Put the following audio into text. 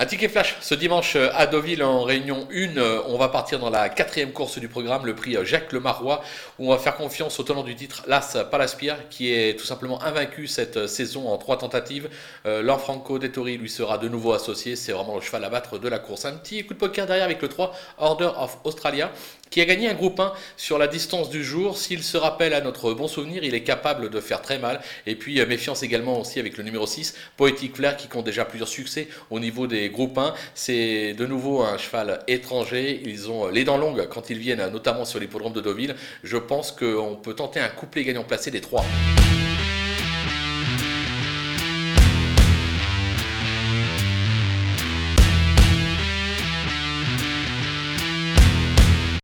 Un ticket flash ce dimanche à Deauville en Réunion 1. On va partir dans la quatrième course du programme, le prix Jacques Le Marois, où on va faire confiance au tenant du titre, l'As Palaspire, qui est tout simplement invaincu cette saison en 3 tentatives. Lanfranco Dettori lui sera de nouveau associé. C'est vraiment le cheval à battre de la course. Un petit coup de poker derrière avec le 3, Order of Australia, qui a gagné un groupe 1 sur la distance du jour. S'il se rappelle à notre bon souvenir, il est capable de faire très mal. Et puis méfiance également aussi avec le numéro 6, Poetic Flair, qui compte déjà plusieurs succès au niveau des groupes 1. C'est de nouveau un cheval étranger. Ils ont les dents longues quand ils viennent, notamment sur l'hippodrome de Deauville. Je pense qu'on peut tenter un couplet gagnant placé des 3.